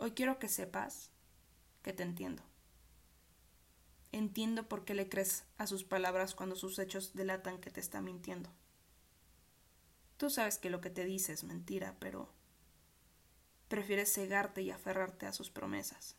Hoy quiero que sepas que te entiendo. Entiendo por qué le crees a sus palabras cuando sus hechos delatan que te está mintiendo. Tú sabes que lo que te dice es mentira, pero prefieres cegarte y aferrarte a sus promesas.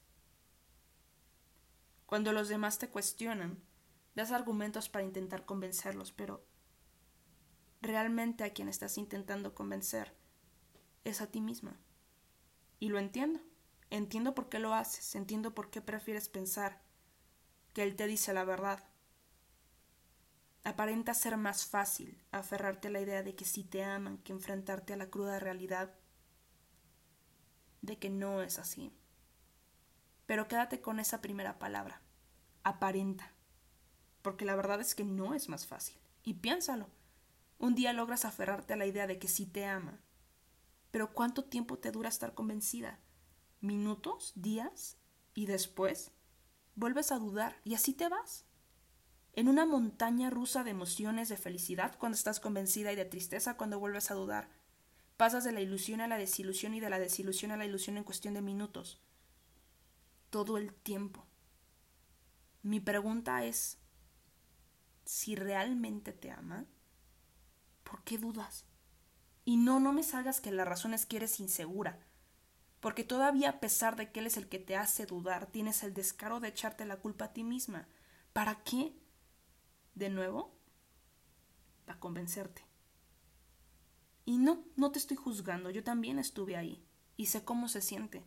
Cuando los demás te cuestionan, das argumentos para intentar convencerlos, pero realmente a quien estás intentando convencer es a ti misma. Y lo entiendo. Entiendo por qué lo haces, entiendo por qué prefieres pensar que él te dice la verdad. Aparenta ser más fácil aferrarte a la idea de que sí te aman que enfrentarte a la cruda realidad de que no es así. Pero quédate con esa primera palabra, aparenta, porque la verdad es que no es más fácil. Y piénsalo, un día logras aferrarte a la idea de que sí te ama, pero ¿cuánto tiempo te dura estar convencida? ¿Minutos? ¿Días? Y después vuelves a dudar y así te vas. En una montaña rusa de emociones, de felicidad cuando estás convencida y de tristeza cuando vuelves a dudar. Pasas de la ilusión a la desilusión y de la desilusión a la ilusión en cuestión de minutos. Todo el tiempo. Mi pregunta es, si realmente te ama, ¿por qué dudas? Y no me salgas que la razón es que eres insegura, porque todavía a pesar de que él es el que te hace dudar, tienes el descaro de echarte la culpa a ti misma. ¿Para qué? De nuevo, para convencerte. Y no te estoy juzgando, yo también estuve ahí y sé cómo se siente.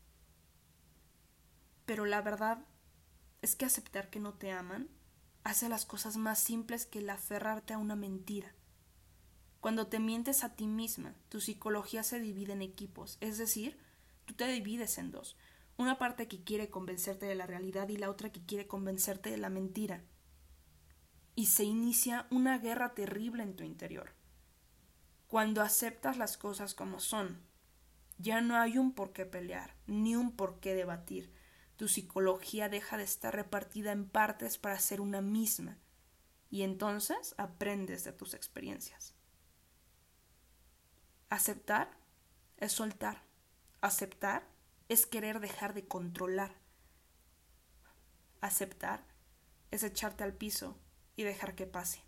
Pero la verdad es que aceptar que no te aman hace las cosas más simples que el aferrarte a una mentira. Cuando te mientes a ti misma, tu psicología se divide en equipos, es decir, tú te divides en dos. Una parte que quiere convencerte de la realidad y la otra que quiere convencerte de la mentira. Y se inicia una guerra terrible en tu interior. Cuando aceptas las cosas como son, ya no hay un por qué pelear, ni un por qué debatir. Tu psicología deja de estar repartida en partes para ser una misma, y entonces aprendes de tus experiencias. Aceptar es soltar. Aceptar es querer dejar de controlar. Aceptar es echarte al piso y dejar que pase.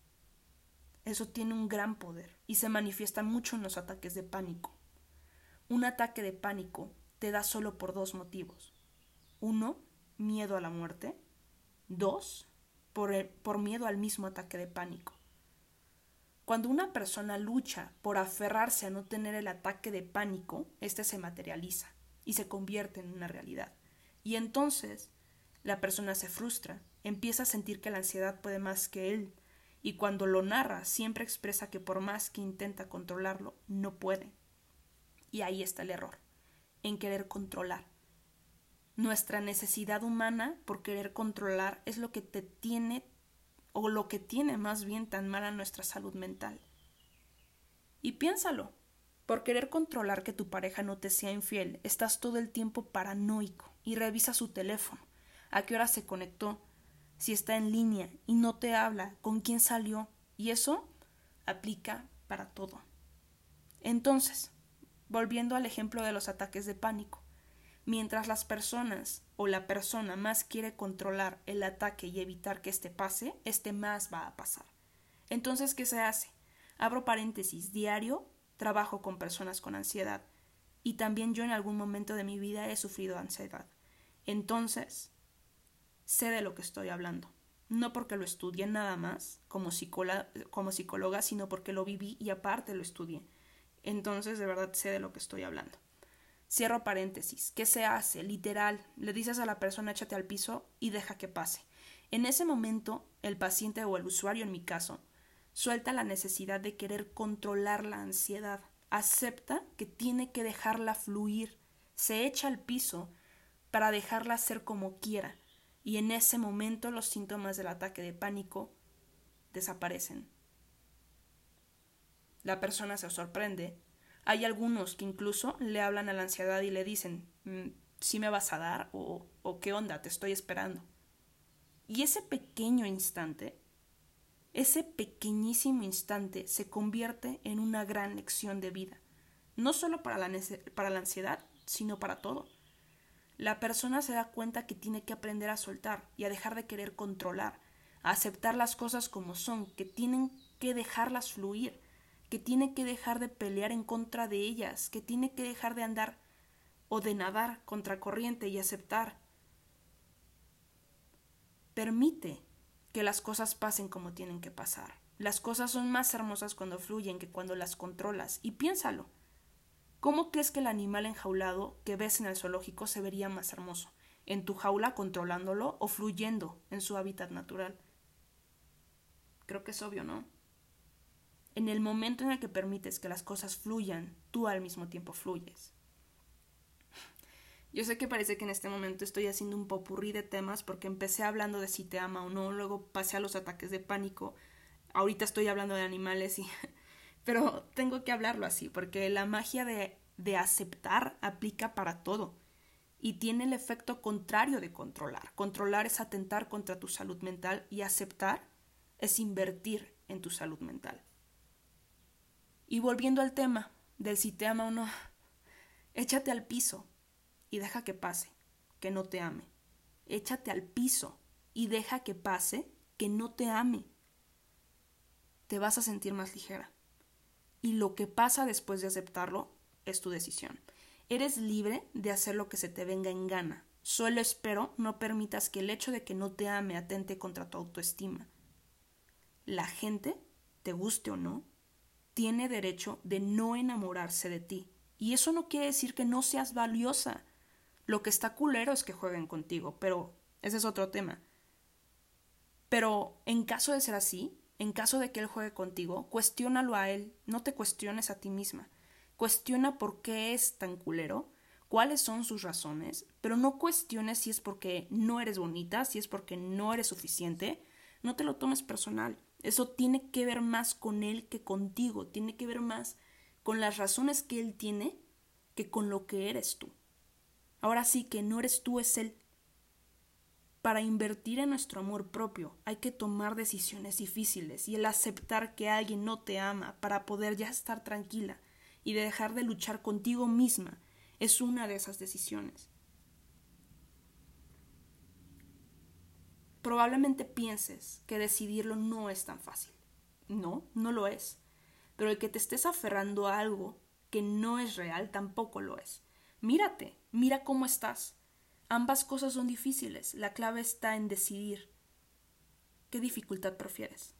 Eso tiene un gran poder y se manifiesta mucho en los ataques de pánico. Un ataque de pánico te da solo por dos motivos. 1, miedo a la muerte. 2, por miedo al mismo ataque de pánico. Cuando una persona lucha por aferrarse a no tener el ataque de pánico, este se materializa y se convierte en una realidad. Y entonces la persona se frustra, empieza a sentir que la ansiedad puede más que él, y cuando lo narra siempre expresa que por más que intenta controlarlo, no puede. Y ahí está el error, en querer controlar. Nuestra necesidad humana por querer controlar es lo que te tiene, o lo que tiene más bien tan mala nuestra salud mental. Y piénsalo, por querer controlar que tu pareja no te sea infiel, estás todo el tiempo paranoico y revisas su teléfono, a qué hora se conectó, si está en línea y no te habla, con quién salió, y eso aplica para todo. Entonces, volviendo al ejemplo de los ataques de pánico, mientras las personas o la persona más quiere controlar el ataque y evitar que éste pase, éste más va a pasar. Entonces, ¿qué se hace? Abro paréntesis, diario trabajo con personas con ansiedad y también yo en algún momento de mi vida he sufrido ansiedad. Entonces, sé de lo que estoy hablando. No porque lo estudié nada más como psicóloga, sino porque lo viví y aparte lo estudié. Entonces, de verdad sé de lo que estoy hablando. Cierro paréntesis. ¿Qué se hace? Literal, le dices a la persona échate al piso y deja que pase. En ese momento, el paciente o el usuario, en mi caso, suelta la necesidad de querer controlar la ansiedad. Acepta que tiene que dejarla fluir. Se echa al piso para dejarla hacer como quiera. Y en ese momento los síntomas del ataque de pánico desaparecen. La persona se sorprende. Hay algunos que incluso le hablan a la ansiedad y le dicen, ¿sí me vas a dar? O ¿qué onda? Te estoy esperando. Y ese pequeño instante, ese pequeñísimo instante se convierte en una gran lección de vida. No solo para la ansiedad, sino para todo. La persona se da cuenta que tiene que aprender a soltar y a dejar de querer controlar, a aceptar las cosas como son, que tienen que dejarlas fluir, que tiene que dejar de pelear en contra de ellas, que tiene que dejar de andar o de nadar contra corriente y aceptar. Permite que las cosas pasen como tienen que pasar. Las cosas son más hermosas cuando fluyen que cuando las controlas. Y piénsalo. ¿Cómo crees que el animal enjaulado que ves en el zoológico se vería más hermoso? ¿En tu jaula controlándolo o fluyendo en su hábitat natural? Creo que es obvio, ¿no? En el momento en el que permites que las cosas fluyan, tú al mismo tiempo fluyes. Yo sé que parece que en este momento estoy haciendo un popurrí de temas porque empecé hablando de si te ama o no, luego pasé a los ataques de pánico, ahorita estoy hablando de animales pero tengo que hablarlo así porque la magia de aceptar aplica para todo y tiene el efecto contrario de controlar. Controlar es atentar contra tu salud mental y aceptar es invertir en tu salud mental. Y volviendo al tema del si te ama o no, échate al piso y deja que pase, que no te ame. Échate al piso y deja que pase, que no te ame. Te vas a sentir más ligera. Y lo que pasa después de aceptarlo es tu decisión. Eres libre de hacer lo que se te venga en gana. Solo espero no permitas que el hecho de que no te ame atente contra tu autoestima. La gente, te guste o no, tiene derecho de no enamorarse de ti. Y eso no quiere decir que no seas valiosa. Lo que está culero es que jueguen contigo, pero ese es otro tema. Pero en caso de ser así, en caso de que él juegue contigo, cuestiónalo a él, no te cuestiones a ti misma. Cuestiona por qué es tan culero, cuáles son sus razones, pero no cuestiones si es porque no eres bonita, si es porque no eres suficiente. No te lo tomes personal. Eso tiene que ver más con él que contigo, tiene que ver más con las razones que él tiene que con lo que eres tú. Ahora sí que no eres tú, es él. Para invertir en nuestro amor propio hay que tomar decisiones difíciles y el aceptar que alguien no te ama para poder ya estar tranquila y de dejar de luchar contigo misma es una de esas decisiones. Probablemente pienses que decidirlo no es tan fácil. No, no lo es. Pero el que te estés aferrando a algo que no es real tampoco lo es. Mírate, mira cómo estás. Ambas cosas son difíciles. La clave está en decidir. ¿Qué dificultad prefieres?